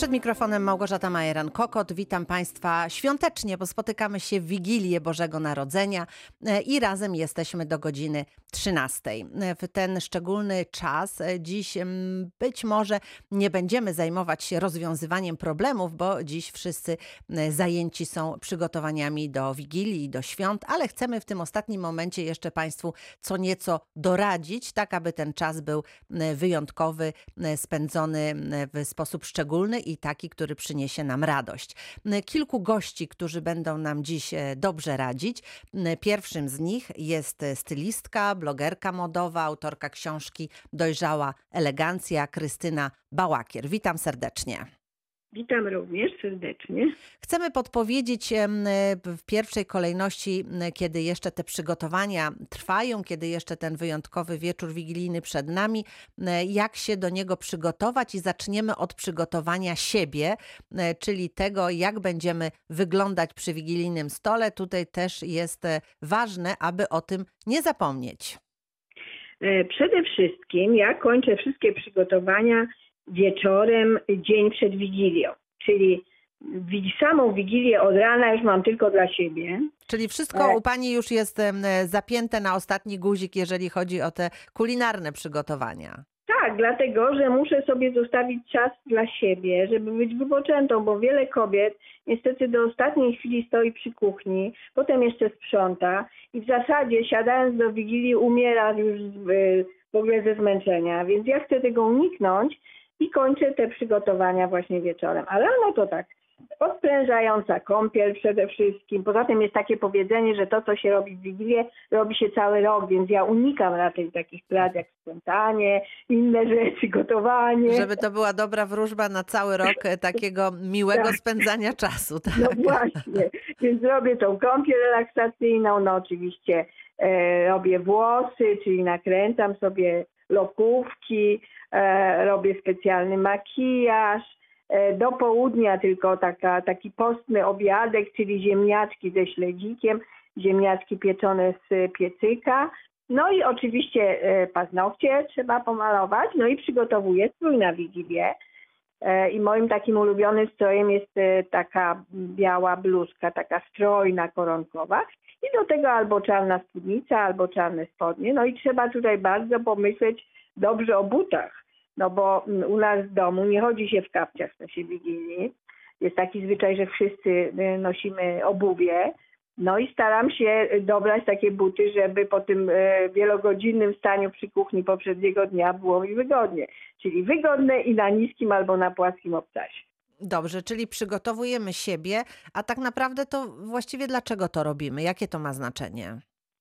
Przed mikrofonem Małgorzata Majeran-Kokot. Witam Państwa świątecznie, bo spotykamy się w Wigilię Bożego Narodzenia i razem jesteśmy do godziny 13. W ten szczególny czas dziś być może nie będziemy zajmować się rozwiązywaniem problemów, bo dziś wszyscy zajęci są przygotowaniami do Wigilii i do świąt, ale chcemy w tym ostatnim momencie jeszcze Państwu co nieco doradzić, tak aby ten czas był wyjątkowy, spędzony w sposób szczególny i taki, który przyniesie nam radość. Kilku gości, którzy będą nam dziś dobrze radzić. Pierwszym z nich jest stylistka, blogerka modowa, autorka książki Dojrzała elegancja, Krystyna Bałakier. Witam serdecznie. Witam również serdecznie. Chcemy podpowiedzieć w pierwszej kolejności, kiedy jeszcze te przygotowania trwają, kiedy jeszcze ten wyjątkowy wieczór wigilijny przed nami, jak się do niego przygotować i zaczniemy od przygotowania siebie, czyli tego, jak będziemy wyglądać przy wigilijnym stole. Tutaj też jest ważne, aby o tym nie zapomnieć. Przede wszystkim ja kończę wszystkie przygotowania wieczorem, dzień przed Wigilią, czyli samą Wigilię od rana już mam tylko dla siebie. Czyli wszystko u Pani już jest zapięte na ostatni guzik, jeżeli chodzi o te kulinarne przygotowania. Tak, dlatego, że muszę sobie zostawić czas dla siebie, żeby być wypoczętą, bo wiele kobiet niestety do ostatniej chwili stoi przy kuchni, potem jeszcze sprząta i w zasadzie siadając do Wigilii umiera już w ogóle ze zmęczenia, więc ja chcę tego uniknąć i kończę te przygotowania właśnie wieczorem. A rano to tak, odprężająca kąpiel przede wszystkim. Poza tym jest takie powiedzenie, że to, co się robi w Wigilię, robi się cały rok, więc ja unikam raczej takich prac jak sprzątanie, inne rzeczy, gotowanie. Żeby to była dobra wróżba na cały rok takiego miłego tak. spędzania czasu. Tak? No właśnie, więc robię tą kąpiel relaksacyjną, no oczywiście robię włosy, czyli nakręcam sobie lokówki, robię specjalny makijaż. Do południa tylko taki postny obiadek, czyli ziemniaczki ze śledzikiem, ziemniaczki pieczone z piecyka. No i oczywiście paznokcie trzeba pomalować, no i przygotowuję strój na Wigilię. I moim takim ulubionym strojem jest taka biała bluzka, taka strojna, koronkowa. I do tego albo czarna spódnica, albo czarne spodnie. No i trzeba tutaj bardzo pomyśleć dobrze o butach. No bo u nas w domu nie chodzi się w kapciach w czasie Wigilii. Jest taki zwyczaj, że wszyscy nosimy obuwie. No i staram się dobrać takie buty, żeby po tym wielogodzinnym staniu przy kuchni poprzedniego dnia było mi wygodnie. Czyli wygodne i na niskim albo na płaskim obcasie. Dobrze, czyli przygotowujemy siebie, a tak naprawdę to właściwie dlaczego to robimy? Jakie to ma znaczenie?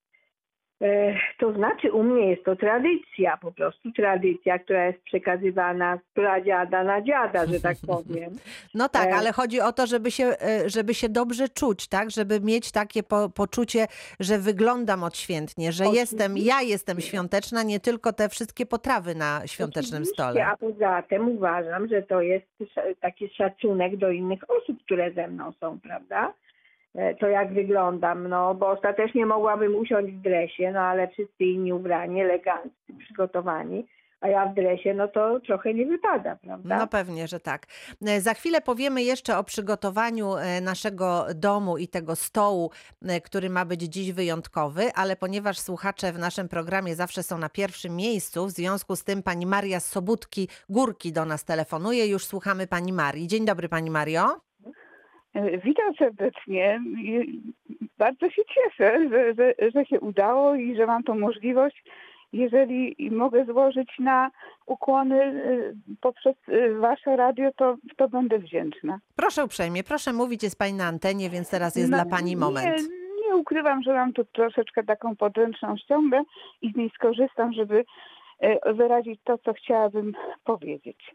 To znaczy u mnie jest to tradycja, po prostu tradycja, która jest przekazywana z pradziada na dziada, że tak powiem. No tak, ale chodzi o to, żeby się dobrze czuć, tak? Żeby mieć takie poczucie, że wyglądam odświętnie, że ja jestem świąteczna, nie tylko te wszystkie potrawy na świątecznym stole. A poza tym uważam, że to jest taki szacunek do innych osób, które ze mną są, prawda? To jak wyglądam, no bo ostatecznie mogłabym usiąść w dresie, no ale wszyscy inni ubrani, eleganccy, przygotowani, a ja w dresie, no to trochę nie wypada, prawda? No pewnie, że tak. Za chwilę powiemy jeszcze o przygotowaniu naszego domu i tego stołu, który ma być dziś wyjątkowy, ale ponieważ słuchacze w naszym programie zawsze są na pierwszym miejscu, w związku z tym pani Maria z Sobótki Górki do nas telefonuje. Już słuchamy pani Marii. Dzień dobry pani Mario. Witam serdecznie. Bardzo się cieszę, że się udało i że mam tą możliwość. Jeżeli mogę złożyć na ukłony poprzez wasze radio, to będę wdzięczna. Proszę uprzejmie, proszę mówić, jest pani na antenie, więc teraz jest dla pani moment. Nie ukrywam, że mam tu troszeczkę taką podręczną ściągę i z niej skorzystam, żeby wyrazić to, co chciałabym powiedzieć.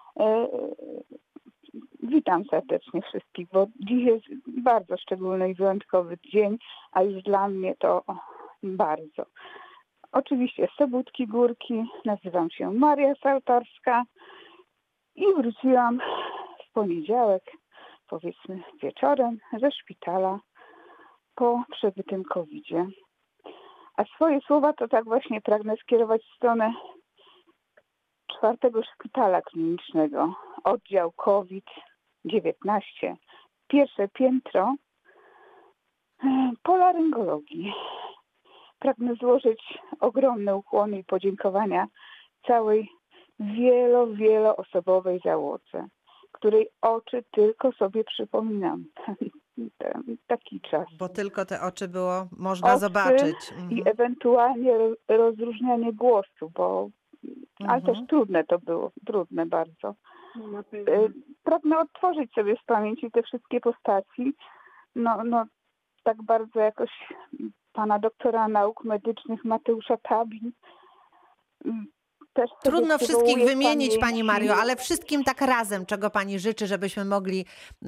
Witam serdecznie wszystkich, bo dziś jest bardzo szczególny i wyjątkowy dzień, a już dla mnie to bardzo. Oczywiście z Sobótki Górki, nazywam się Maria Saltarska i wróciłam w poniedziałek, powiedzmy wieczorem, ze szpitala po przebytym COVID-zie. A swoje słowa to tak właśnie pragnę skierować w stronę 4 szpitala klinicznego, oddział COVID-19, pierwsze piętro polaryngologii. Pragnę złożyć ogromne ukłony i podziękowania całej wieloosobowej załodze, której oczy tylko sobie przypominam. Taki czas. Bo tylko te oczy było można zobaczyć. I ewentualnie rozróżnianie głosu, bo ale też trudne to było, trudne bardzo. Pragnę odtworzyć sobie w pamięci te wszystkie postaci. No tak bardzo jakoś pana doktora nauk medycznych Mateusza Tabin. Też trudno wszystkich wymienić, Pani Mario, ale wszystkim tak razem, czego Pani życzy, żebyśmy mogli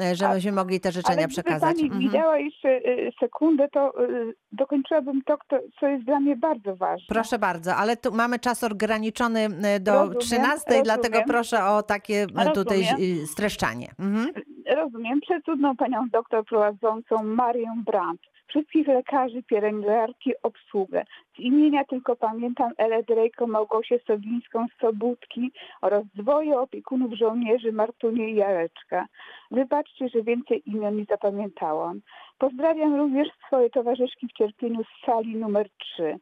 te życzenia przekazać. Pani mi dała jeszcze sekundę, to dokończyłabym to, co jest dla mnie bardzo ważne. Proszę bardzo, ale tu mamy czas ograniczony do 13, dlatego proszę o takie tutaj streszczanie. Rozumiem. Przecudną panią doktor prowadzącą Marię Brandt, wszystkich lekarzy, pielęgniarki, obsługę. Z imienia tylko pamiętam Elę Drejko, Małgosię Sowińską z Sobótki oraz dwoje opiekunów żołnierzy, Martunię i Jareczka. Wybaczcie, że więcej imion nie zapamiętałam. Pozdrawiam również swoje towarzyszki w cierpieniu z sali numer 3.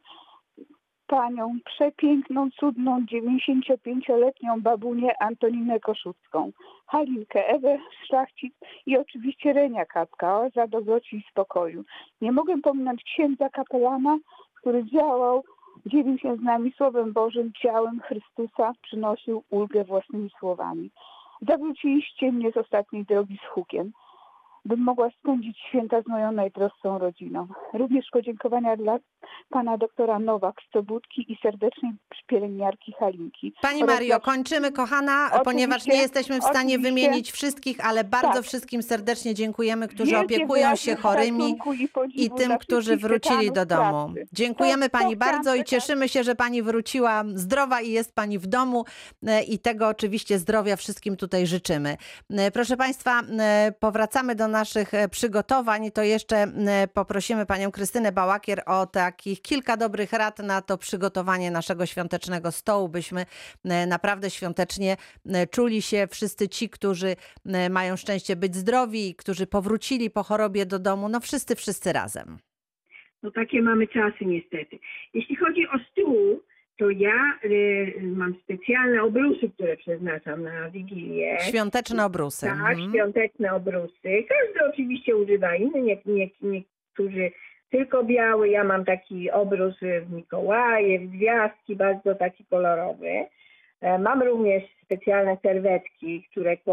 Panią przepiękną, cudną, 95-letnią babunię Antoninę Koszucką, Halinkę, Ewę Szlachcic i oczywiście Renia Kapka za dobroci i spokoju. Nie mogę pominąć księdza kapelana, który dzielił się z nami Słowem Bożym, ciałem Chrystusa, przynosił ulgę własnymi słowami. Zawróciliście mnie z ostatniej drogi z hukiem, bym mogła spędzić święta z moją najdroższą rodziną. Również podziękowania dla pana doktora Nowak z Sobótki i serdecznej pielęgniarki Halinki. Pani Mario, kończymy, kochana, ponieważ nie jesteśmy w stanie wymienić wszystkich, ale bardzo wszystkim serdecznie dziękujemy, którzy opiekują się chorymi i tym, którzy wrócili do domu. Dziękujemy Pani bardzo i cieszymy się, że Pani wróciła zdrowa i jest Pani w domu i tego oczywiście zdrowia wszystkim tutaj życzymy. Proszę Państwa, powracamy do naszych przygotowań, to jeszcze poprosimy panią Krystynę Bałakier o takich kilka dobrych rad na to przygotowanie naszego świątecznego stołu, byśmy naprawdę świątecznie czuli się wszyscy ci, którzy mają szczęście być zdrowi, którzy powrócili po chorobie do domu, no wszyscy razem. No takie mamy czasy niestety. Jeśli chodzi o stół, to ja mam specjalne obrusy, które przeznaczam na Wigilię. Świąteczne obrusy. Tak, świąteczne obrusy. Każdy oczywiście używa inny, niektórzy tylko biały. Ja mam taki obrus w Mikołaje, w gwiazdki, bardzo taki kolorowy. Mam również specjalne serwetki,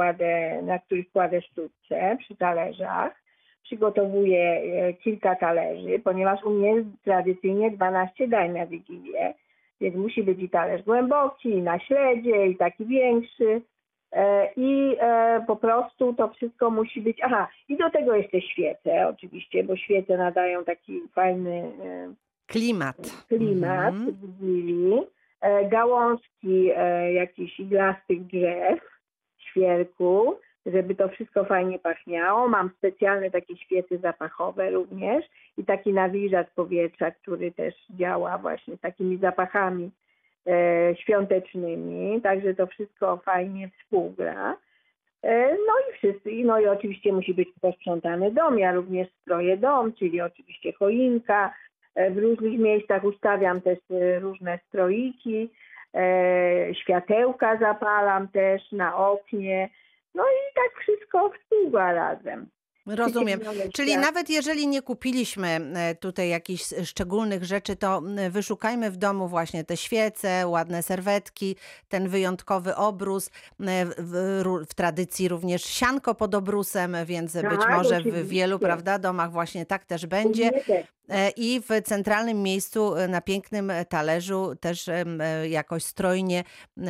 na których kładę sztuczce przy talerzach. Przygotowuję kilka talerzy, ponieważ u mnie jest tradycyjnie 12 dań na Wigilię. Więc musi być i talerz głęboki, i na śledzie, i taki większy. I po prostu to wszystko musi być... Aha, i do tego jeszcze świece oczywiście, bo świece nadają taki fajny klimat Wigilii. Gałązki jakichś iglastych drzew, świerku, żeby to wszystko fajnie pachniało. Mam specjalne takie świece zapachowe również i taki nawilżacz powietrza, który też działa właśnie takimi zapachami świątecznymi. Także to wszystko fajnie współgra. No i oczywiście musi być posprzątany dom. Ja również stroję dom, czyli oczywiście choinka. W różnych miejscach ustawiam też różne stroiki. Światełka zapalam też na oknie. No i tak wszystko współgra razem. Rozumiem. Czyli nawet jeżeli nie kupiliśmy tutaj jakichś szczególnych rzeczy, to wyszukajmy w domu właśnie te świece, ładne serwetki, ten wyjątkowy obrus. W tradycji również sianko pod obrusem, więc być może w wielu, prawda, domach właśnie tak też będzie. I w centralnym miejscu na pięknym talerzu też jakoś strojnie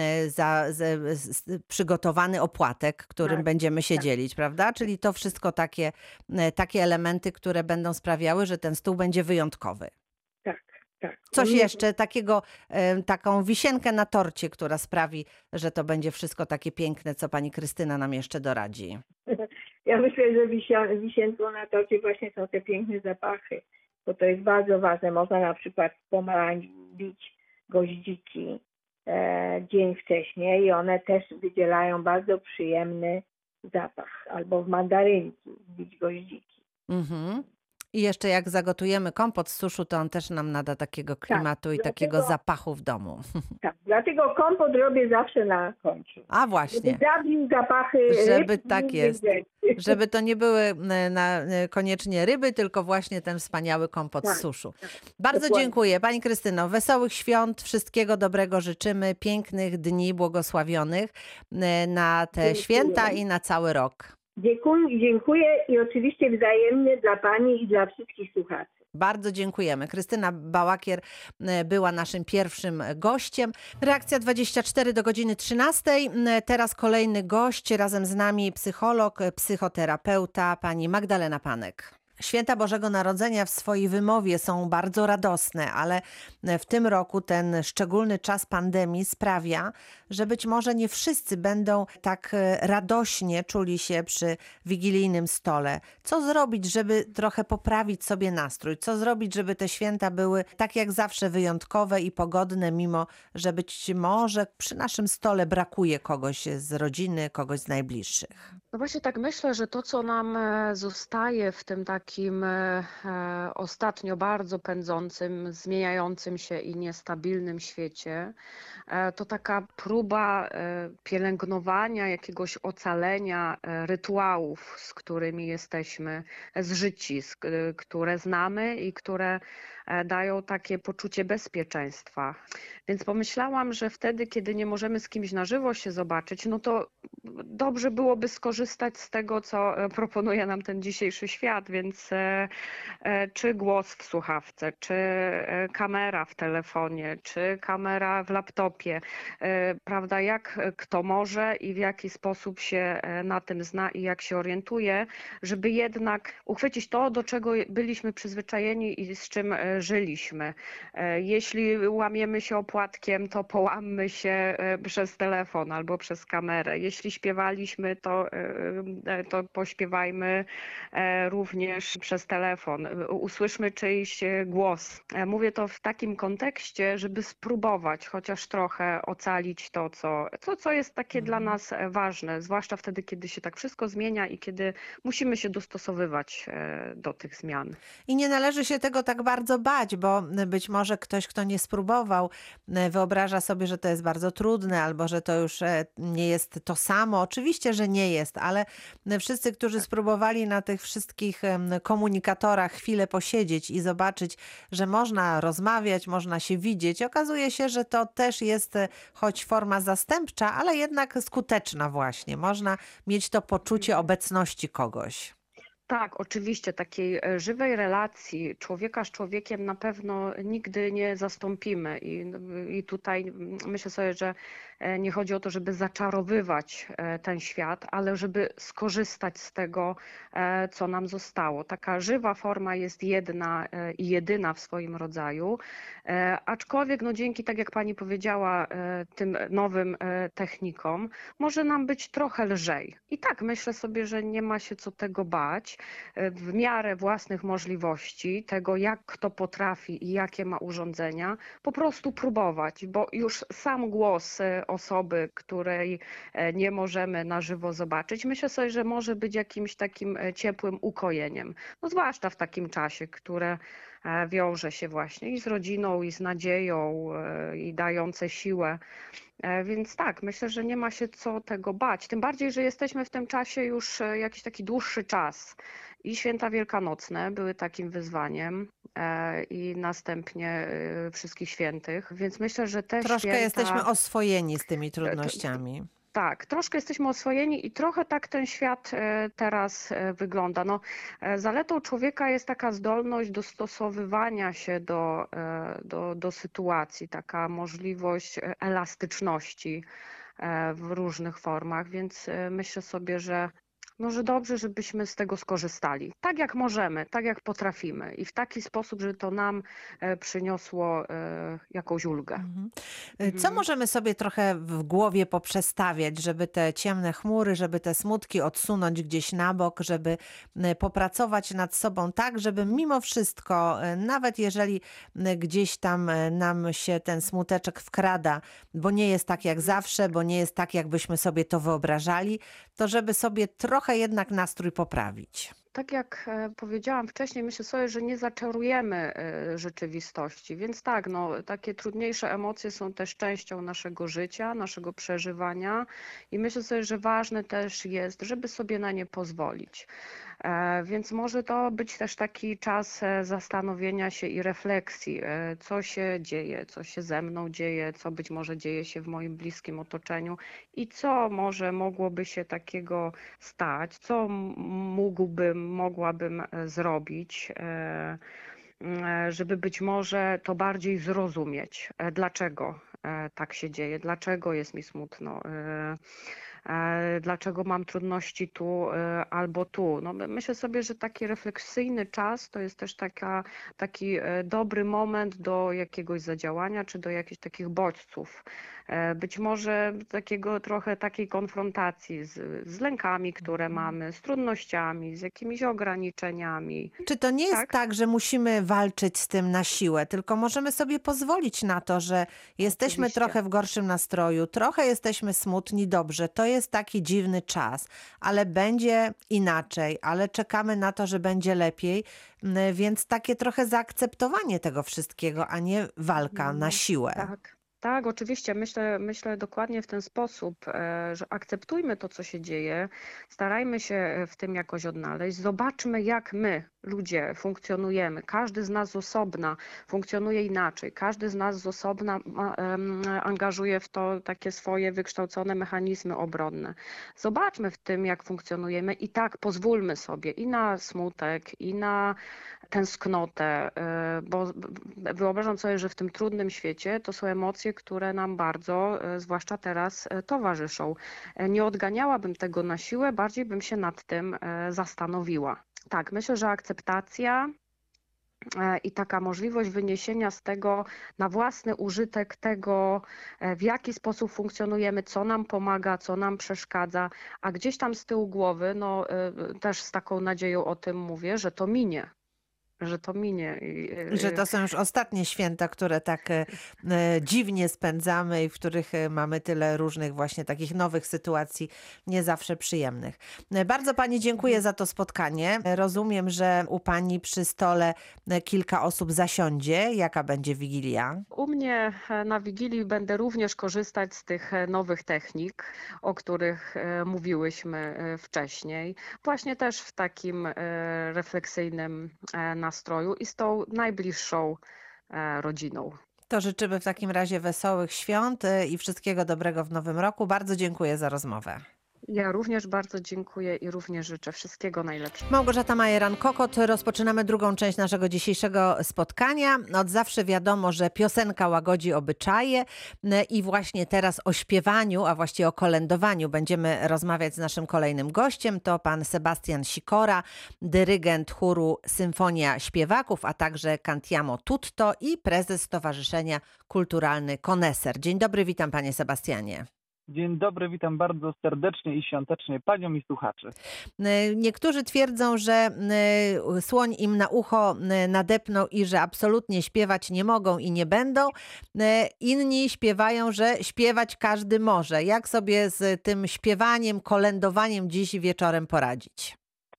przygotowany opłatek, którym będziemy się dzielić, prawda? Czyli to wszystko takie elementy, które będą sprawiały, że ten stół będzie wyjątkowy. Tak. Coś jeszcze taką wisienkę na torcie, która sprawi, że to będzie wszystko takie piękne, co pani Krystyna nam jeszcze doradzi. Ja myślę, że wisienką na torcie właśnie są te piękne zapachy, bo to jest bardzo ważne. Można na przykład w pomarańcz bić goździki, dzień wcześniej i one też wydzielają bardzo przyjemny zapach. Albo w mandarynki, bić goździki. Mhm. I jeszcze jak zagotujemy kompot z suszu, to on też nam nada takiego klimatu i takiego dlatego, zapachu w domu. dlatego kompot robię zawsze na końcu. A Żeby właśnie, zabił zapachy żeby ryb tak i innych jest. rzeczy. Żeby to nie były koniecznie ryby, tylko właśnie ten wspaniały kompot z Tak, suszu. tak, Bardzo dokładnie. dziękuję Pani Krystyno. Wesołych świąt, wszystkiego dobrego życzymy, pięknych dni błogosławionych na te Dziękuję. święta i na cały rok. Dziękuję i oczywiście wzajemnie dla Pani i dla wszystkich słuchaczy. Bardzo dziękujemy. Krystyna Bałakier była naszym pierwszym gościem. Reakcja 24 do godziny 13. Teraz kolejny gość, razem z nami psycholog, psychoterapeuta, pani Magdalena Panek. Święta Bożego Narodzenia w swojej wymowie są bardzo radosne, ale w tym roku ten szczególny czas pandemii sprawia, że być może nie wszyscy będą tak radośnie czuli się przy wigilijnym stole. Co zrobić, żeby trochę poprawić sobie nastrój? Co zrobić, żeby te święta były tak jak zawsze wyjątkowe i pogodne, mimo że być może przy naszym stole brakuje kogoś z rodziny, kogoś z najbliższych? No właśnie tak myślę, że to, co nam zostaje w tym takim ostatnio bardzo pędzącym, zmieniającym się i niestabilnym świecie, to taka próba pielęgnowania jakiegoś ocalenia rytuałów, z którymi jesteśmy zżyci, które znamy i które dają takie poczucie bezpieczeństwa. Więc pomyślałam, że wtedy, kiedy nie możemy z kimś na żywo się zobaczyć, no to dobrze byłoby skorzystać z tego, co proponuje nam ten dzisiejszy świat, więc czy głos w słuchawce, czy kamera w telefonie, czy kamera w laptopie, prawda, jak kto może i w jaki sposób się na tym zna i jak się orientuje, żeby jednak uchwycić to, do czego byliśmy przyzwyczajeni i z czym żyliśmy. Jeśli łamiemy się opłatkiem, to połammy się przez telefon albo przez kamerę. Jeśli śpiewaliśmy, to pośpiewajmy również przez telefon. Usłyszmy czyjś głos. Mówię to w takim kontekście, żeby spróbować chociaż trochę ocalić to, co jest takie dla nas ważne, zwłaszcza wtedy, kiedy się tak wszystko zmienia i kiedy musimy się dostosowywać do tych zmian. I nie należy się tego tak bardzo bać, bo być może ktoś, kto nie spróbował, wyobraża sobie, że to jest bardzo trudne albo że to już nie jest to samo. Oczywiście, że nie jest, ale wszyscy, którzy spróbowali na tych wszystkich komunikatorach chwilę posiedzieć i zobaczyć, że można rozmawiać, można się widzieć, okazuje się, że to też jest choć forma zastępcza, ale jednak skuteczna właśnie. Można mieć to poczucie obecności kogoś. Tak, oczywiście takiej żywej relacji człowieka z człowiekiem na pewno nigdy nie zastąpimy i tutaj myślę sobie, że nie chodzi o to, żeby zaczarowywać ten świat, ale żeby skorzystać z tego, co nam zostało. Taka żywa forma jest jedna i jedyna w swoim rodzaju, aczkolwiek no dzięki, tak jak pani powiedziała, tym nowym technikom może nam być trochę lżej. I tak myślę sobie, że nie ma się co tego bać. W miarę własnych możliwości, tego jak kto potrafi i jakie ma urządzenia, po prostu próbować, bo już sam głos osoby, której nie możemy na żywo zobaczyć, myślę sobie, że może być jakimś takim ciepłym ukojeniem. No zwłaszcza w takim czasie, które wiąże się właśnie i z rodziną, i z nadzieją, i dające siłę. Więc tak, myślę, że nie ma się co tego bać. Tym bardziej, że jesteśmy w tym czasie już jakiś taki dłuższy czas. I święta wielkanocne były takim wyzwaniem i następnie wszystkich świętych. Więc myślę, że te Troszkę święta... jesteśmy oswojeni z tymi trudnościami. Tak, troszkę jesteśmy oswojeni i trochę tak ten świat teraz wygląda. No, zaletą człowieka jest taka zdolność dostosowywania się do sytuacji, taka możliwość elastyczności w różnych formach, więc myślę sobie, że no, że dobrze, żebyśmy z tego skorzystali. Tak jak możemy, tak jak potrafimy i w taki sposób, że to nam przyniosło jakąś ulgę. Mhm. Co Mhm. możemy sobie trochę w głowie poprzestawiać, żeby te ciemne chmury, żeby te smutki odsunąć gdzieś na bok, żeby popracować nad sobą tak, żeby mimo wszystko, nawet jeżeli gdzieś tam nam się ten smuteczek wkrada, bo nie jest tak jak zawsze, bo nie jest tak, jakbyśmy sobie to wyobrażali, to żeby sobie trochę jednak nastrój poprawić. Tak jak powiedziałam wcześniej, myślę sobie, że nie zaczarujemy rzeczywistości, więc tak, no, takie trudniejsze emocje są też częścią naszego życia, naszego przeżywania i myślę sobie, że ważne też jest, żeby sobie na nie pozwolić. Więc może to być też taki czas zastanowienia się i refleksji, co się dzieje, co się ze mną dzieje, co być może dzieje się w moim bliskim otoczeniu i co może mogłoby się takiego stać, co mogłabym zrobić, żeby być może to bardziej zrozumieć, dlaczego tak się dzieje, dlaczego jest mi smutno, dlaczego mam trudności tu albo tu. No, myślę sobie, że taki refleksyjny czas to jest też taki dobry moment do jakiegoś zadziałania czy do jakichś takich bodźców. Być może trochę takiej konfrontacji z lękami, które mamy, z trudnościami, z jakimiś ograniczeniami. Czy to nie jest Tak, tak, że musimy walczyć z tym na siłę, tylko możemy sobie pozwolić na to, że jesteśmy oczywiście. trochę w gorszym nastroju, trochę jesteśmy smutni, dobrze, to jest taki dziwny czas, ale będzie inaczej, ale czekamy na to, że będzie lepiej, więc takie trochę zaakceptowanie tego wszystkiego, a nie walka na siłę. Tak. Tak, oczywiście. Myślę dokładnie w ten sposób, że akceptujmy to, co się dzieje, starajmy się w tym jakoś odnaleźć, zobaczmy, jak my, ludzie, funkcjonujemy. Każdy z nas z osobna funkcjonuje inaczej, każdy z nas z osobna angażuje w to takie swoje wykształcone mechanizmy obronne. Zobaczmy w tym, jak funkcjonujemy i tak pozwólmy sobie i na smutek, i na tęsknotę, bo wyobrażam sobie, że w tym trudnym świecie to są emocje, które nam bardzo, zwłaszcza teraz, towarzyszą. Nie odganiałabym tego na siłę, bardziej bym się nad tym zastanowiła. Tak, myślę, że akceptacja i taka możliwość wyniesienia z tego na własny użytek tego, w jaki sposób funkcjonujemy, co nam pomaga, co nam przeszkadza, a gdzieś tam z tyłu głowy, no też z taką nadzieją o tym mówię, że to minie. Że to minie. Że to są już ostatnie święta, które tak dziwnie spędzamy i w których mamy tyle różnych właśnie takich nowych sytuacji, nie zawsze przyjemnych. Bardzo pani dziękuję za to spotkanie. Rozumiem, że u pani przy stole kilka osób zasiądzie. Jaka będzie Wigilia? U mnie na Wigilii będę również korzystać z tych nowych technik, o których mówiłyśmy wcześniej. Właśnie też w takim refleksyjnym nastroju i z tą najbliższą rodziną. To życzymy w takim razie wesołych świąt i wszystkiego dobrego w nowym roku. Bardzo dziękuję za rozmowę. Ja również bardzo dziękuję i również życzę wszystkiego najlepszego. Małgorzata Majeran-Kokot. Rozpoczynamy drugą część naszego dzisiejszego spotkania. Od zawsze wiadomo, że piosenka łagodzi obyczaje i właśnie teraz o śpiewaniu, a właściwie o kolędowaniu będziemy rozmawiać z naszym kolejnym gościem. To pan Sebastian Sikora, dyrygent chóru Symfonia Śpiewaków, a także Cantiamo Tutto i prezes Stowarzyszenia Kulturalny Koneser. Dzień dobry, witam panie Sebastianie. Dzień dobry, witam bardzo serdecznie i świątecznie panią i słuchaczy. Niektórzy twierdzą, że słoń im na ucho nadepnął i że absolutnie śpiewać nie mogą i nie będą. Inni śpiewają, że śpiewać każdy może. Jak sobie z tym śpiewaniem, kolędowaniem dziś wieczorem poradzić?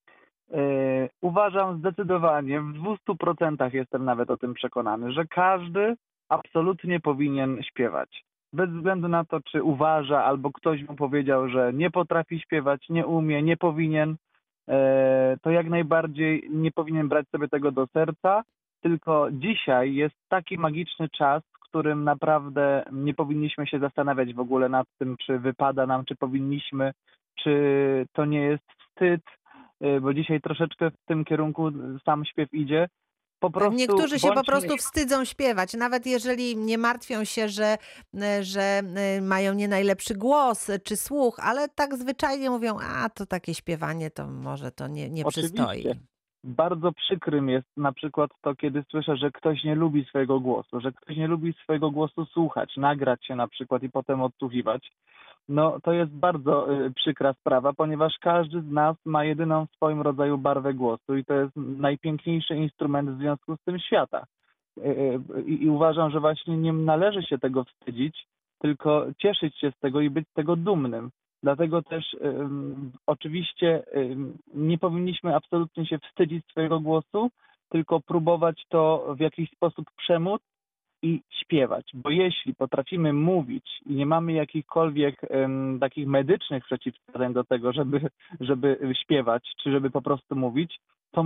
Uważam zdecydowanie, w 200% jestem nawet o tym przekonany, że każdy absolutnie powinien śpiewać. Bez względu na to, czy uważa, albo ktoś mu powiedział, że nie potrafi śpiewać, nie umie, nie powinien, to jak najbardziej nie powinien brać sobie tego do serca, tylko dzisiaj jest taki magiczny czas, w którym naprawdę nie powinniśmy się zastanawiać w ogóle nad tym, czy wypada nam, czy powinniśmy, czy to nie jest wstyd, bo dzisiaj troszeczkę w tym kierunku sam śpiew idzie. po prostu Niektórzy się po bądźmy prostu wstydzą śpiewać, nawet jeżeli nie martwią się, że mają nie najlepszy głos czy słuch, ale tak zwyczajnie mówią, a to takie śpiewanie to może to nie oczywiście. przystoi. Bardzo przykrym jest na przykład to, kiedy słyszę, że ktoś nie lubi swojego głosu, że ktoś nie lubi swojego głosu słuchać, nagrać się na przykład i potem odsłuchiwać. No to jest bardzo przykra sprawa, ponieważ każdy z nas ma jedyną w swoim rodzaju barwę głosu i to jest najpiękniejszy instrument w związku z tym świata. I uważam, że właśnie nie należy się tego wstydzić, tylko cieszyć się z tego i być z tego dumnym. Dlatego też oczywiście nie powinniśmy absolutnie się wstydzić swojego głosu, tylko próbować to w jakiś sposób przemóc i śpiewać. Bo jeśli potrafimy mówić i nie mamy jakichkolwiek takich medycznych przeciwwskazań do tego, żeby śpiewać, czy żeby po prostu mówić, to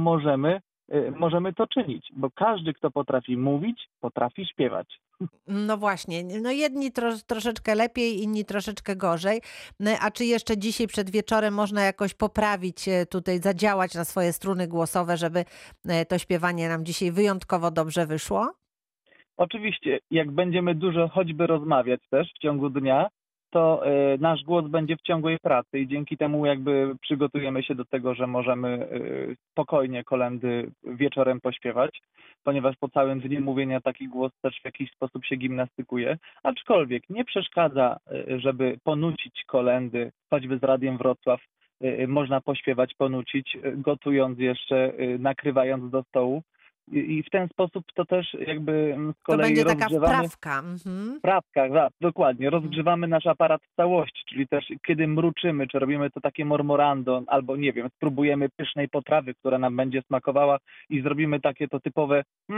możemy to czynić. Bo każdy, kto potrafi mówić, potrafi śpiewać. No właśnie, no jedni troszeczkę lepiej, inni troszeczkę gorzej. A czy jeszcze dzisiaj przed wieczorem można jakoś poprawić tutaj, zadziałać na swoje struny głosowe, żeby to śpiewanie nam dzisiaj wyjątkowo dobrze wyszło? Oczywiście, jak będziemy dużo choćby rozmawiać też w ciągu dnia, to nasz głos będzie w ciągłej pracy i dzięki temu jakby przygotujemy się do tego, że możemy spokojnie kolędy wieczorem pośpiewać, ponieważ po całym dniu mówienia taki głos też w jakiś sposób się gimnastykuje, aczkolwiek nie przeszkadza, żeby ponucić kolędy, choćby z Radiem Wrocław, można pośpiewać, ponucić, gotując jeszcze, nakrywając do stołu. I w ten sposób to też jakby z To kolei będzie taka rozgrzewamy. wprawka. Mhm. Prawka, tak, dokładnie. Rozgrzewamy nasz aparat w całości, czyli też kiedy mruczymy, czy robimy to takie mormorando, albo nie wiem, spróbujemy pysznej potrawy, która nam będzie smakowała i zrobimy takie to typowe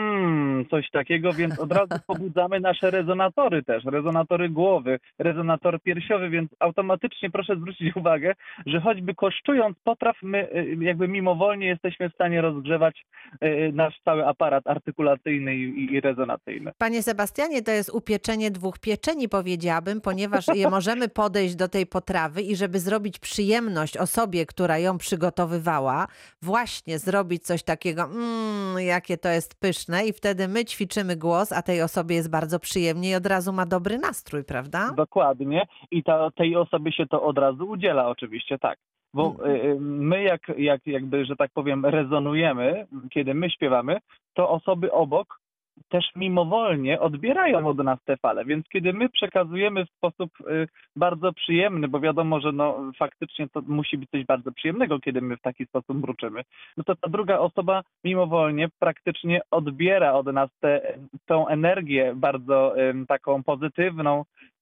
coś takiego, więc od razu pobudzamy nasze rezonatory też, rezonatory głowy, rezonator piersiowy, więc automatycznie proszę zwrócić uwagę, że choćby kosztując potraw, my jakby mimowolnie jesteśmy w stanie rozgrzewać nasz cały aparat artykulacyjny i rezonacyjny. Panie Sebastianie, to jest upieczenie dwóch pieczeni, powiedziałabym, ponieważ możemy podejść do tej potrawy i żeby zrobić przyjemność osobie, która ją przygotowywała, właśnie zrobić coś takiego, jakie to jest pyszne i wtedy my ćwiczymy głos, a tej osobie jest bardzo przyjemnie i od razu ma dobry nastrój, prawda? Dokładnie. I tej osobie się to od razu udziela oczywiście, tak. Bo my jakby, że tak powiem, rezonujemy, kiedy my śpiewamy, to osoby obok też mimowolnie odbierają od nas te fale, więc kiedy my przekazujemy w sposób bardzo przyjemny, bo wiadomo, że no faktycznie to musi być coś bardzo przyjemnego, kiedy my w taki sposób mruczymy, no to ta druga osoba mimowolnie praktycznie odbiera od nas tą energię bardzo taką pozytywną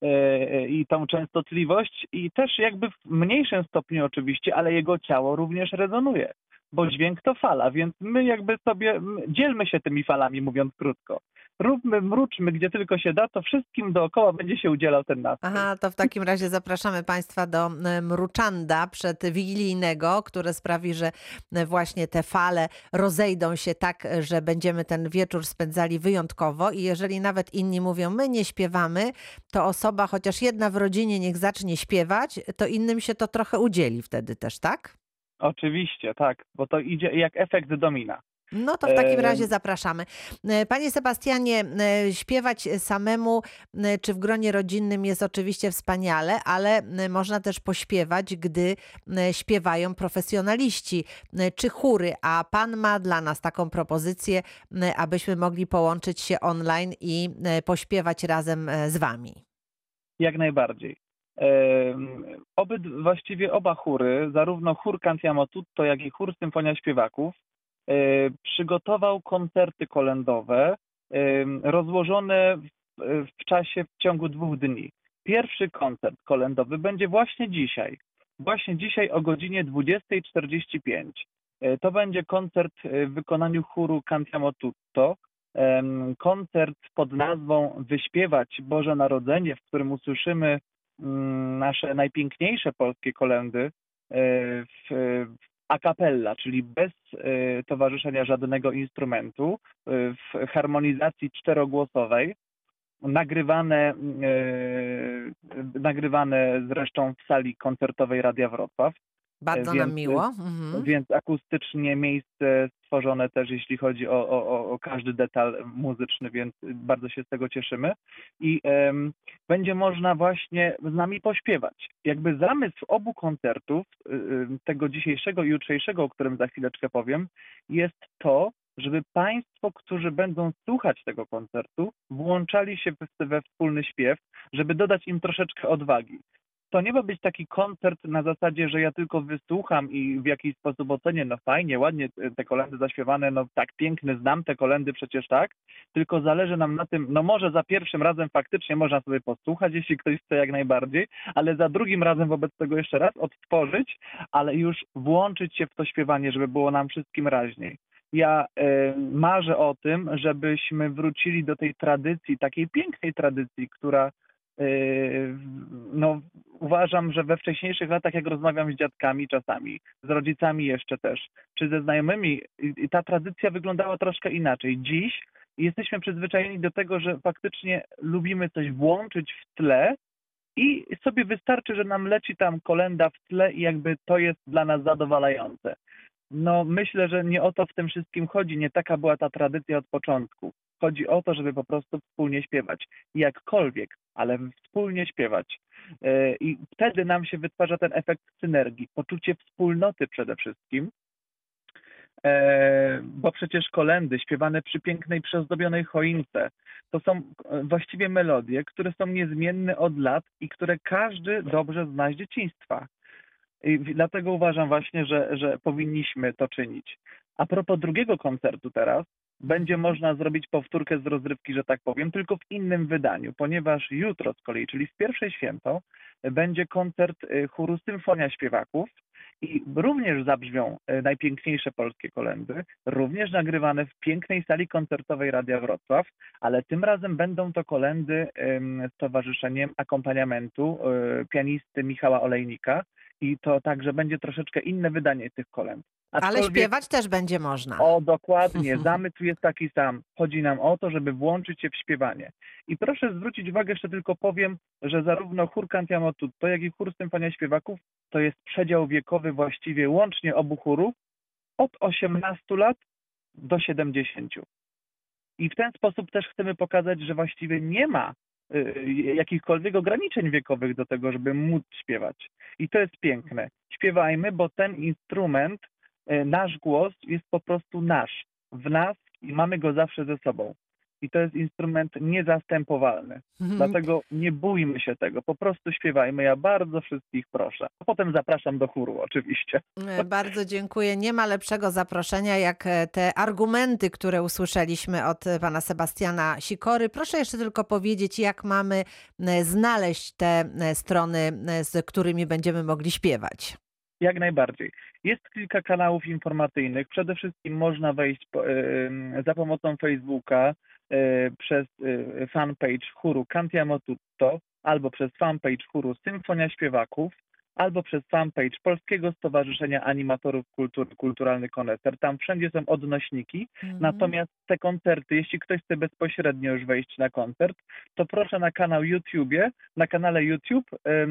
i tą częstotliwość i też jakby w mniejszym stopniu oczywiście, ale jego ciało również rezonuje. Bo dźwięk to fala, więc my jakby sobie dzielmy się tymi falami, mówiąc krótko. Róbmy, mruczmy, gdzie tylko się da, to wszystkim dookoła będzie się udzielał ten nastrój. Aha, to w takim razie zapraszamy Państwa do mruczanda przedwigilijnego, które sprawi, że właśnie te fale rozejdą się tak, że będziemy ten wieczór spędzali wyjątkowo i jeżeli nawet inni mówią, my nie śpiewamy, to osoba, chociaż jedna w rodzinie niech zacznie śpiewać, to innym się to trochę udzieli wtedy też, tak? Oczywiście, tak, bo to idzie jak efekt domina. No to w takim razie zapraszamy. Panie Sebastianie, śpiewać samemu czy w gronie rodzinnym jest oczywiście wspaniale, ale można też pośpiewać, gdy śpiewają profesjonaliści czy chóry, a Pan ma dla nas taką propozycję, abyśmy mogli połączyć się online i pośpiewać razem z Wami. Jak najbardziej. Właściwie oba chóry, zarówno chór Cantiamo Tutto, jak i chór Symfonia Śpiewaków, przygotował koncerty kolędowe rozłożone w czasie w ciągu 2 dni. Pierwszy koncert kolędowy będzie właśnie dzisiaj. Właśnie dzisiaj o godzinie 20:45. To będzie koncert w wykonaniu chóru Cantiamo Tutto. Koncert pod nazwą Wyśpiewać Boże Narodzenie, w którym usłyszymy nasze najpiękniejsze polskie kolędy a cappella, czyli bez towarzyszenia żadnego instrumentu, w harmonizacji czterogłosowej, nagrywane zresztą w sali koncertowej Radia Wrocław. Bardzo nam miło. Więc akustycznie miejsce stworzone też, jeśli chodzi o każdy detal muzyczny, więc bardzo się z tego cieszymy. I będzie można właśnie z nami pośpiewać. Jakby zamysł obu koncertów, tego dzisiejszego i jutrzejszego, o którym za chwileczkę powiem, jest to, żeby Państwo, którzy będą słuchać tego koncertu, włączali się we wspólny śpiew, żeby dodać im troszeczkę odwagi. To nie ma być taki koncert na zasadzie, że ja tylko wysłucham i w jakiś sposób ocenię, no fajnie, ładnie te kolędy zaśpiewane, no tak piękne, znam te kolędy przecież tak, tylko zależy nam na tym, no może za pierwszym razem faktycznie można sobie posłuchać, jeśli ktoś chce jak najbardziej, ale za drugim razem wobec tego jeszcze raz odtworzyć, ale już włączyć się w to śpiewanie, żeby było nam wszystkim raźniej. Ja marzę o tym, żebyśmy wrócili do tej tradycji, takiej pięknej tradycji, która no, uważam, że we wcześniejszych latach, jak rozmawiam z dziadkami czasami, z rodzicami jeszcze też, czy ze znajomymi, i ta tradycja wyglądała troszkę inaczej. Dziś jesteśmy przyzwyczajeni do tego, że faktycznie lubimy coś włączyć w tle i sobie wystarczy, że nam leci tam kolenda w tle i jakby to jest dla nas zadowalające. No myślę, że nie o to w tym wszystkim chodzi, nie taka była ta tradycja od początku. Chodzi o to, żeby po prostu wspólnie śpiewać. Jakkolwiek, ale wspólnie śpiewać. I wtedy nam się wytwarza ten efekt synergii, poczucie wspólnoty przede wszystkim, bo przecież kolędy śpiewane przy pięknej, przyozdobionej choince to są właściwie melodie, które są niezmienne od lat i które każdy dobrze zna z dzieciństwa. I dlatego uważam właśnie, że powinniśmy to czynić. A propos drugiego koncertu teraz, będzie można zrobić powtórkę z rozrywki, że tak powiem, tylko w innym wydaniu, ponieważ jutro z kolei, czyli w pierwsze święto, będzie koncert chóru Symfonia Śpiewaków i również zabrzmią najpiękniejsze polskie kolędy, również nagrywane w pięknej sali koncertowej Radia Wrocław, ale tym razem będą to kolędy z towarzyszeniem akompaniamentu pianisty Michała Olejnika i to także będzie troszeczkę inne wydanie tych kolęd. Ale śpiewać też będzie można. O, dokładnie. Zamysł jest taki sam. Chodzi nam o to, żeby włączyć się w śpiewanie. I proszę zwrócić uwagę, jeszcze tylko powiem, że zarówno chór Cantiamo Tutto, jak i chór Symfonia Śpiewaków to jest przedział wiekowy właściwie łącznie obu chórów od 18 lat do 70. I w ten sposób też chcemy pokazać, że właściwie nie ma jakichkolwiek ograniczeń wiekowych do tego, żeby móc śpiewać. I to jest piękne. Śpiewajmy, bo ten instrument, nasz głos jest po prostu nasz, w nas i mamy go zawsze ze sobą. I to jest instrument niezastępowalny. Dlatego nie bójmy się tego, po prostu śpiewajmy. Ja bardzo wszystkich proszę. A potem zapraszam do chóru oczywiście. Bardzo dziękuję. Nie ma lepszego zaproszenia jak te argumenty, które usłyszeliśmy od pana Sebastiana Sikory. Proszę jeszcze tylko powiedzieć, jak mamy znaleźć te strony, z którymi będziemy mogli śpiewać. Jak najbardziej. Jest kilka kanałów informacyjnych. Przede wszystkim można wejść za pomocą Facebooka przez fanpage chóru Cantiamo Tutto, albo przez fanpage chóru Symfonia Śpiewaków, albo przez fanpage Polskiego Stowarzyszenia Animatorów Kultury Kulturalny Koneser. Tam wszędzie są odnośniki. Natomiast te koncerty, jeśli ktoś chce bezpośrednio już wejść na koncert, to proszę na kanał YouTubie, na kanale YouTube,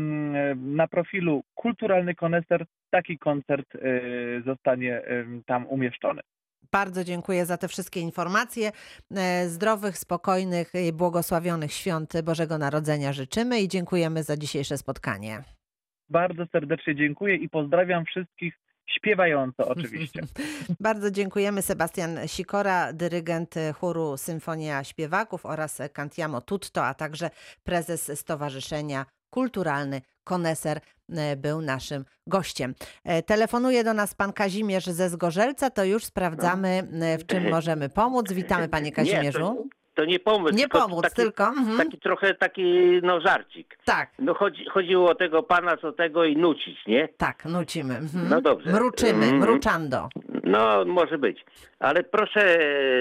na profilu Kulturalny Koneser taki koncert zostanie tam umieszczony. Bardzo dziękuję za te wszystkie informacje. Zdrowych, spokojnych i błogosławionych świąt Bożego Narodzenia życzymy i dziękujemy za dzisiejsze spotkanie. Bardzo serdecznie dziękuję i pozdrawiam wszystkich śpiewająco oczywiście. Bardzo dziękujemy. Sebastian Sikora, dyrygent chóru Symfonia Śpiewaków oraz Cantiamo Tutto, a także prezes Stowarzyszenia Kulturalny Koneser był naszym gościem. Telefonuje do nas pan Kazimierz ze Zgorzelca, to już sprawdzamy, w czym możemy pomóc. Witamy panie Kazimierzu. To nie pomóc. Nie pomóc, tylko... Taki trochę żarcik. Tak. No chodziło o tego pana, co tego i nucić, nie? Tak, nucimy. No dobrze. Mruczymy, mruczando. No, może być. Ale proszę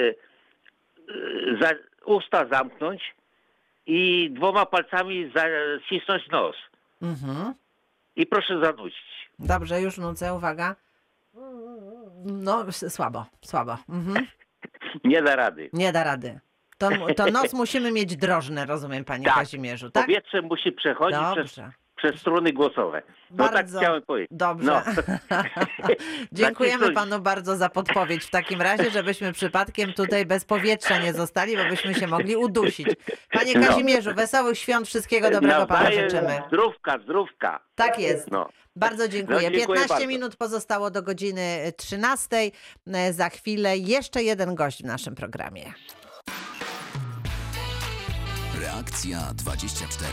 usta zamknąć i 2 palcami zacisnąć nos. I proszę zanucić. Dobrze, już nucę, uwaga. No, słabo. Nie da rady. Nie da rady. To nos musimy mieć drożny, rozumiem, panie Kazimierzu, tak? Powietrze musi przechodzić przez struny głosowe. No Bardzo tak chciałem powiedzieć. dobrze. No. Dziękujemy Znaczy, panu bardzo za podpowiedź w takim razie, żebyśmy przypadkiem tutaj bez powietrza nie zostali, bo byśmy się mogli udusić. Panie Kazimierzu, wesołych świąt, wszystkiego dobrego panu nawzajem życzymy. Zdrówka. Tak jest. No. Bardzo dziękuję. No, dziękuję 15 bardzo. minut pozostało do godziny 13. Za chwilę jeszcze jeden gość w naszym programie. Reakcja 24.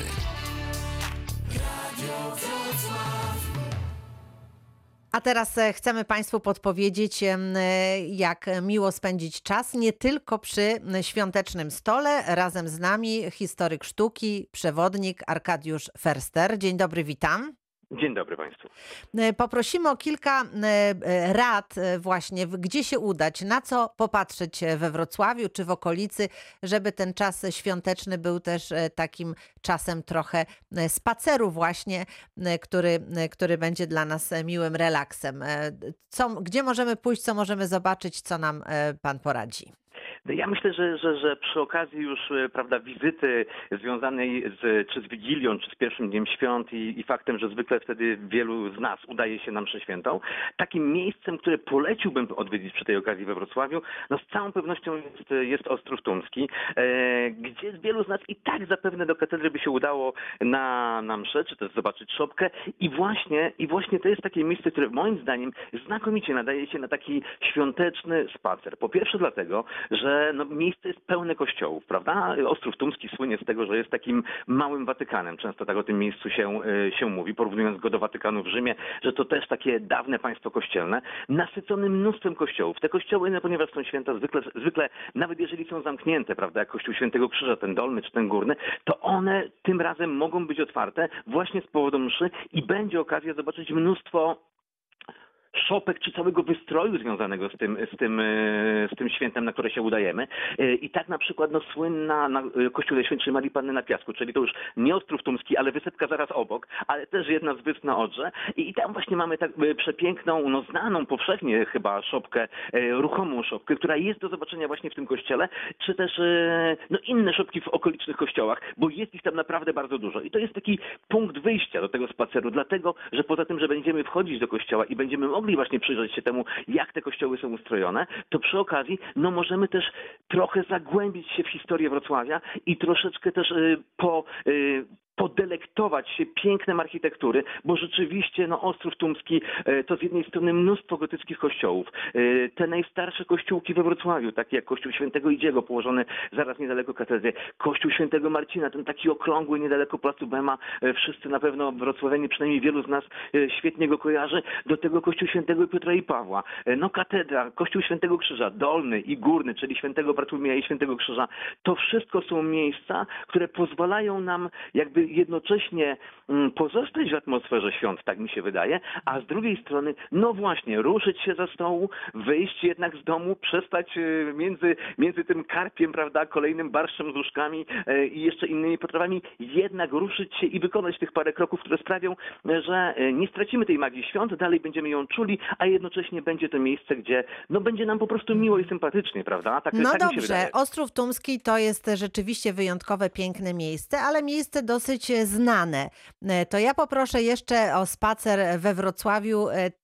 A teraz chcemy Państwu podpowiedzieć, jak miło spędzić czas nie tylko przy świątecznym stole. Razem z nami historyk sztuki, przewodnik Arkadiusz Ferster. Dzień dobry, witam. Dzień dobry Państwu. Poprosimy o kilka rad właśnie, gdzie się udać, na co popatrzeć we Wrocławiu czy w okolicy, żeby ten czas świąteczny był też takim czasem trochę spaceru właśnie, który będzie dla nas miłym relaksem. Gdzie możemy pójść, co możemy zobaczyć, co nam Pan poradzi? Ja myślę, że przy okazji już, prawda, wizyty związanej czy z Wigilią, czy z pierwszym dniem świąt i faktem, że zwykle wtedy wielu z nas udaje się na mszę świętą, takim miejscem, które poleciłbym odwiedzić przy tej okazji we Wrocławiu, no z całą pewnością jest Ostrów Tumski, gdzie wielu z nas i tak zapewne do katedry by się udało na mszę, czy też zobaczyć szopkę i właśnie to jest takie miejsce, które moim zdaniem znakomicie nadaje się na taki świąteczny spacer. Po pierwsze dlatego, że miejsce jest pełne kościołów, prawda? Ostrów Tumski słynie z tego, że jest takim małym Watykanem. Często tak o tym miejscu się mówi, porównując go do Watykanu w Rzymie, że to też takie dawne państwo kościelne, nasycone mnóstwem kościołów. Te kościoły, no, ponieważ są święta zwykle, nawet jeżeli są zamknięte, prawda, jak Kościół Świętego Krzyża, ten dolny czy ten górny, to one tym razem mogą być otwarte właśnie z powodu mszy i będzie okazja zobaczyć mnóstwo szopek czy całego wystroju związanego z tym świętem, na które się udajemy. I tak na przykład słynna na kościele Świętszej Marii Panny na Piasku, czyli to już nie Ostrów Tumski, ale wysepka zaraz obok, ale też jedna z wysp na Odrze. I tam właśnie mamy tak przepiękną, znaną powszechnie chyba szopkę, ruchomą szopkę, która jest do zobaczenia właśnie w tym kościele, czy też inne szopki w okolicznych kościołach, bo jest ich tam naprawdę bardzo dużo. I to jest taki punkt wyjścia do tego spaceru, dlatego, że poza tym, że będziemy wchodzić do kościoła i będziemy mogli właśnie przyjrzeć się temu, jak te kościoły są ustrojone, to przy okazji możemy też trochę zagłębić się w historię Wrocławia i troszeczkę też podelektować się pięknem architektury, bo rzeczywiście Ostrów Tumski to z jednej strony mnóstwo gotyckich kościołów. Te najstarsze kościółki we Wrocławiu, takie jak Kościół Świętego Idziego, położony zaraz niedaleko katedry, Kościół Świętego Marcina, ten taki okrągły niedaleko Placu Bema, wszyscy na pewno wrocławianie, przynajmniej wielu z nas świetnie go kojarzy, do tego Kościół Świętego Piotra i Pawła. Katedra, Kościół Świętego Krzyża, dolny i górny, czyli Świętego Bartłomieja i Świętego Krzyża, to wszystko są miejsca, które pozwalają nam jakby jednocześnie pozostać w atmosferze świąt, tak mi się wydaje, a z drugiej strony, właśnie, ruszyć się ze stołu, wyjść jednak z domu, przestać między tym karpiem, prawda, kolejnym barszczem z łóżkami i jeszcze innymi potrawami, jednak ruszyć się i wykonać tych parę kroków, które sprawią, że nie stracimy tej magii świąt, dalej będziemy ją czuli, a jednocześnie będzie to miejsce, gdzie będzie nam po prostu miło i sympatycznie, prawda? Tak mi się Dobrze, wydaje. Ostrów Tumski to jest rzeczywiście wyjątkowe, piękne miejsce, ale miejsce dosyć znane. To ja poproszę jeszcze o spacer we Wrocławiu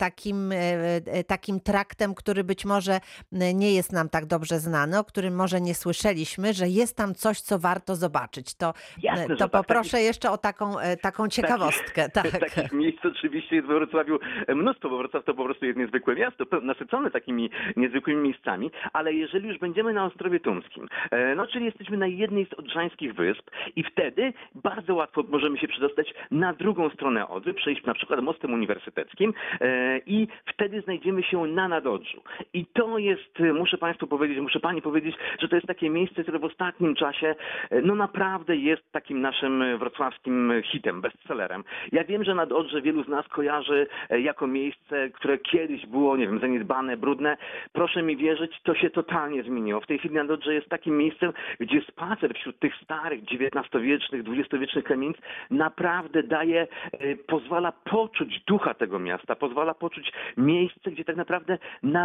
takim traktem, który być może nie jest nam tak dobrze znany, o którym może nie słyszeliśmy, że jest tam coś, co warto zobaczyć. Jasne, to poproszę jeszcze o taką ciekawostkę. Takich miejsc oczywiście jest we Wrocławiu mnóstwo, bo Wrocław to po prostu jest niezwykłe miasto, nasycone takimi niezwykłymi miejscami, ale jeżeli już będziemy na Ostrowie Tumskim, czyli jesteśmy na jednej z odrzańskich wysp i wtedy bardzo łatwo możemy się przedostać na drugą stronę Odry, przejść na przykład mostem uniwersyteckim i wtedy znajdziemy się na Nadodrzu. I to jest, muszę pani powiedzieć, że to jest takie miejsce, które w ostatnim czasie naprawdę jest takim naszym wrocławskim hitem, bestsellerem. Ja wiem, że Nadodrze wielu z nas kojarzy jako miejsce, które kiedyś było, nie wiem, zaniedbane, brudne. Proszę mi wierzyć, to się totalnie zmieniło. W tej chwili Nadodrze jest takim miejscem, gdzie spacer wśród tych starych, XIX-wiecznych, XX-wiecznych kamienic naprawdę daje, pozwala poczuć ducha tego miasta, pozwala poczuć miejsce, gdzie tak naprawdę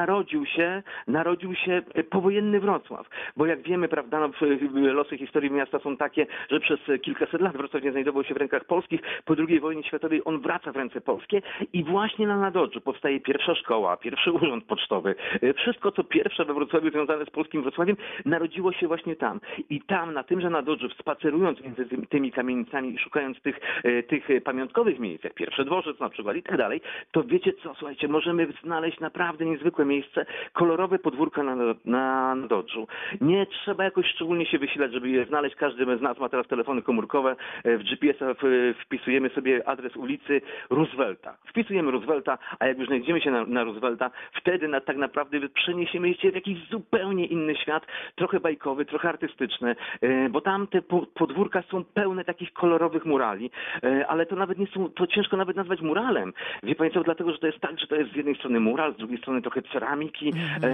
narodził się powojenny Wrocław. Bo jak wiemy, prawda, no, losy historii miasta są takie, że przez kilkaset lat Wrocław nie znajdował się w rękach polskich. Po II wojnie światowej on wraca w ręce polskie i właśnie na Nadodrzu powstaje pierwsza szkoła, pierwszy urząd pocztowy. Wszystko, co pierwsze we Wrocławiu związane z polskim Wrocławiem, narodziło się właśnie tam. I tam, na tymże Nadodrzu, spacerując między tymi kamienicami i szukając tych pamiątkowych miejsc, jak pierwszy dworzec na przykład i tak dalej, to wiecie co, słuchajcie, możemy znaleźć naprawdę niezwykłe miejsce, kolorowe podwórka na Nadodrzu. Nie trzeba jakoś szczególnie się wysilać, żeby je znaleźć. Każdy z nas ma teraz telefony komórkowe. W GPS-a wpisujemy sobie adres ulicy Roosevelta. Wpisujemy Roosevelta, a jak już znajdziemy się na Roosevelta, wtedy tak naprawdę przeniesiemy się w jakiś zupełnie inny świat, trochę bajkowy, trochę artystyczny, bo tam te podwórka są pełne takich kolorowych murali, ale to nawet nie są, to ciężko nawet nazwać muralem. Wie Państwo, dlatego, że to jest tak, że to jest z jednej strony mural, z drugiej strony trochę ceramiki,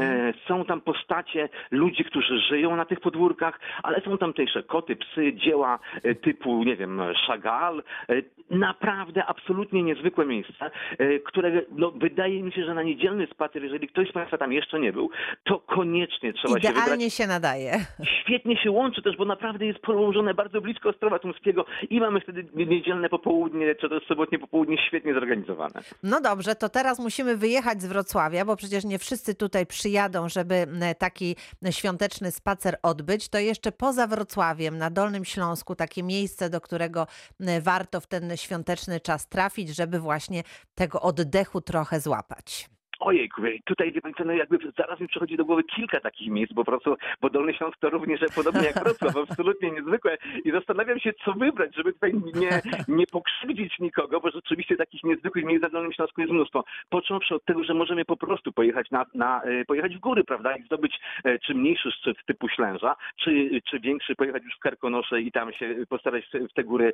są tam postacie ludzi, którzy żyją na tych podwórkach, ale są tam też koty, psy, dzieła typu, nie wiem, Chagall. Naprawdę absolutnie niezwykłe miejsce, które no, wydaje mi się, że na niedzielny spacer, jeżeli ktoś z Państwa tam jeszcze nie był, to koniecznie trzeba się wybrać. Idealnie się nadaje. Świetnie się łączy też, bo naprawdę jest położone bardzo blisko Ostrowa Tumskiego i mamy wtedy niedzielne popołudnie, czy też sobotnie popołudnie świetnie zorganizowane. No dobrze, to teraz musimy wyjechać z Wrocławia, bo przecież nie wszyscy tutaj przyjadą, żeby taki świąteczny spacer odbyć. To jeszcze poza Wrocławiem, na Dolnym Śląsku, takie miejsce, do którego warto w ten świąteczny czas trafić, żeby właśnie tego oddechu trochę złapać. Ojejku, tutaj wie Państwo, no jakby zaraz mi przychodzi do głowy kilka takich miejsc, bo Dolny Śląsk to również podobnie jak Wrocław, absolutnie niezwykłe i zastanawiam się, co wybrać, żeby tutaj nie pokrzywdzić nikogo, bo rzeczywiście takich niezwykłych miejsc na Dolnym Śląsku jest mnóstwo. Począwszy od tego, że możemy po prostu pojechać pojechać w góry, prawda, i zdobyć czy mniejszy szczyt typu Ślęża, czy większy, pojechać już w Karkonosze i tam się postarać w te góry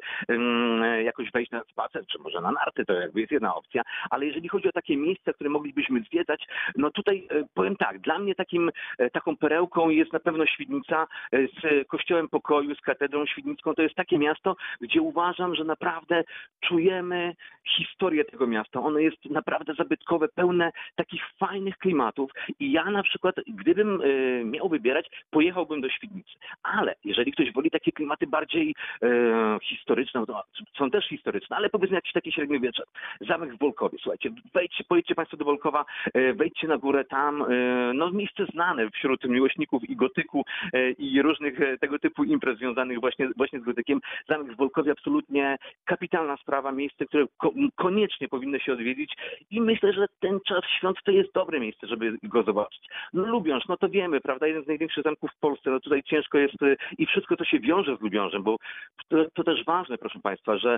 jakoś wejść na spacer, czy może na narty, to jakby jest jedna opcja, ale jeżeli chodzi o takie miejsca, które moglibyśmy zwiedzać, no tutaj powiem tak, dla mnie taką perełką jest na pewno Świdnica z Kościołem Pokoju, z Katedrą Świdnicką. To jest takie miasto, gdzie uważam, że naprawdę czujemy historię tego miasta. Ono jest naprawdę zabytkowe, pełne takich fajnych klimatów i ja na przykład, gdybym miał wybierać, pojechałbym do Świdnicy. Ale jeżeli ktoś woli takie klimaty bardziej historyczne, to są też historyczne, ale powiedzmy jakiś taki średniowiecze. Zamek w Bolkowie, słuchajcie, pojedźcie Państwo do Bolkowa, wejdźcie na górę tam, no miejsce znane wśród miłośników i gotyku i różnych tego typu imprez związanych właśnie z gotykiem. Zamek w Bolkowie absolutnie kapitalna sprawa, miejsce, które koniecznie powinno się odwiedzić i myślę, że ten czas świąt to jest dobre miejsce, żeby go zobaczyć. No Lubiąż, no to wiemy, prawda, jeden z największych zamków w Polsce, no tutaj ciężko jest i wszystko, co się wiąże z Lubiążem, bo to też ważne, proszę Państwa, że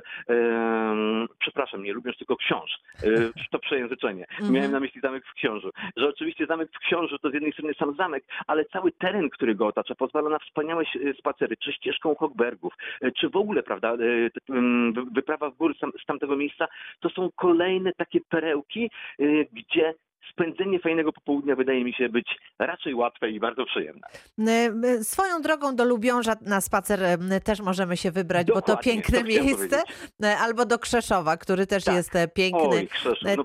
przepraszam, nie Lubiąż, tylko Książ, to przejęzyczenie. Miałem na myśli zamek w Książu. Że oczywiście zamek w Książu to z jednej strony sam zamek, ale cały teren, który go otacza, pozwala na wspaniałe spacery, czy ścieżką Hochbergów, czy w ogóle, prawda, wyprawa w góry z tamtego miejsca, to są kolejne takie perełki, gdzie spędzenie fajnego popołudnia wydaje mi się być raczej łatwe i bardzo przyjemne. Swoją drogą do Lubiąża na spacer też możemy się wybrać, Dokładnie, bo to piękne miejsce. Albo do Krzeszowa, który też jest piękny. Oj, Krzeszów, no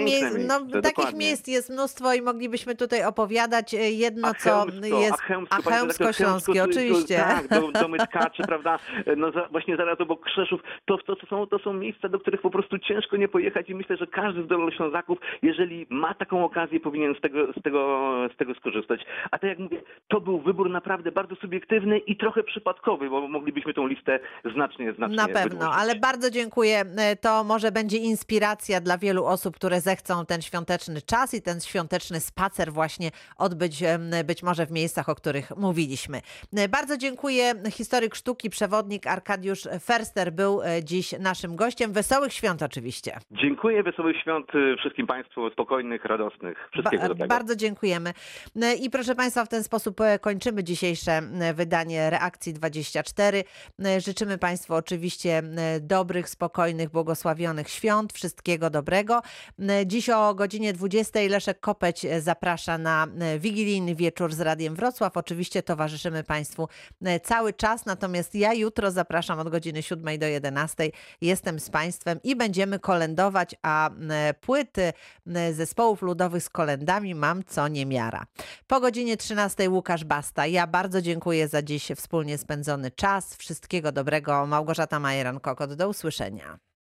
takich miejsc jest mnóstwo i moglibyśmy tutaj opowiadać. Jedno, co jest Chełmsko-Śląskie, oczywiście. Tak, do Mytkaczy, prawda? No właśnie zaraz obok Krzeszów. To są miejsca, do których po prostu ciężko nie pojechać i myślę, że każdy z Dolnoślązaków, jeżeli ma taką okazję, powinien z tego skorzystać. A tak jak mówię, to był wybór naprawdę bardzo subiektywny i trochę przypadkowy, bo moglibyśmy tą listę znacznie na pewno, wydłużyć. Ale bardzo dziękuję. To może będzie inspiracja dla wielu osób, które zechcą ten świąteczny czas i ten świąteczny spacer właśnie odbyć być może w miejscach, o których mówiliśmy. Bardzo dziękuję. Historyk sztuki, przewodnik Arkadiusz Ferster był dziś naszym gościem. Wesołych świąt oczywiście. Dziękuję, wesołych świąt wszystkim Państwu, spokojnych, radosnych. radosnych. Wszystkiego dobrego. Bardzo dziękujemy. I proszę Państwa, w ten sposób kończymy dzisiejsze wydanie Reakcji 24. Życzymy Państwu oczywiście dobrych, spokojnych, błogosławionych świąt, wszystkiego dobrego. Dziś o godzinie 20 Leszek Kopeć zaprasza na wigilijny wieczór z Radiem Wrocław. Oczywiście towarzyszymy Państwu cały czas, natomiast ja jutro zapraszam od godziny 7 do 11. Jestem z Państwem i będziemy kolędować, a płyty zespołów ludowych z kolędami mam co niemiara. Po godzinie 13 Łukasz Basta. Ja bardzo dziękuję za dziś wspólnie spędzony czas. Wszystkiego dobrego. Małgorzata Majeran-Kokot. Do usłyszenia.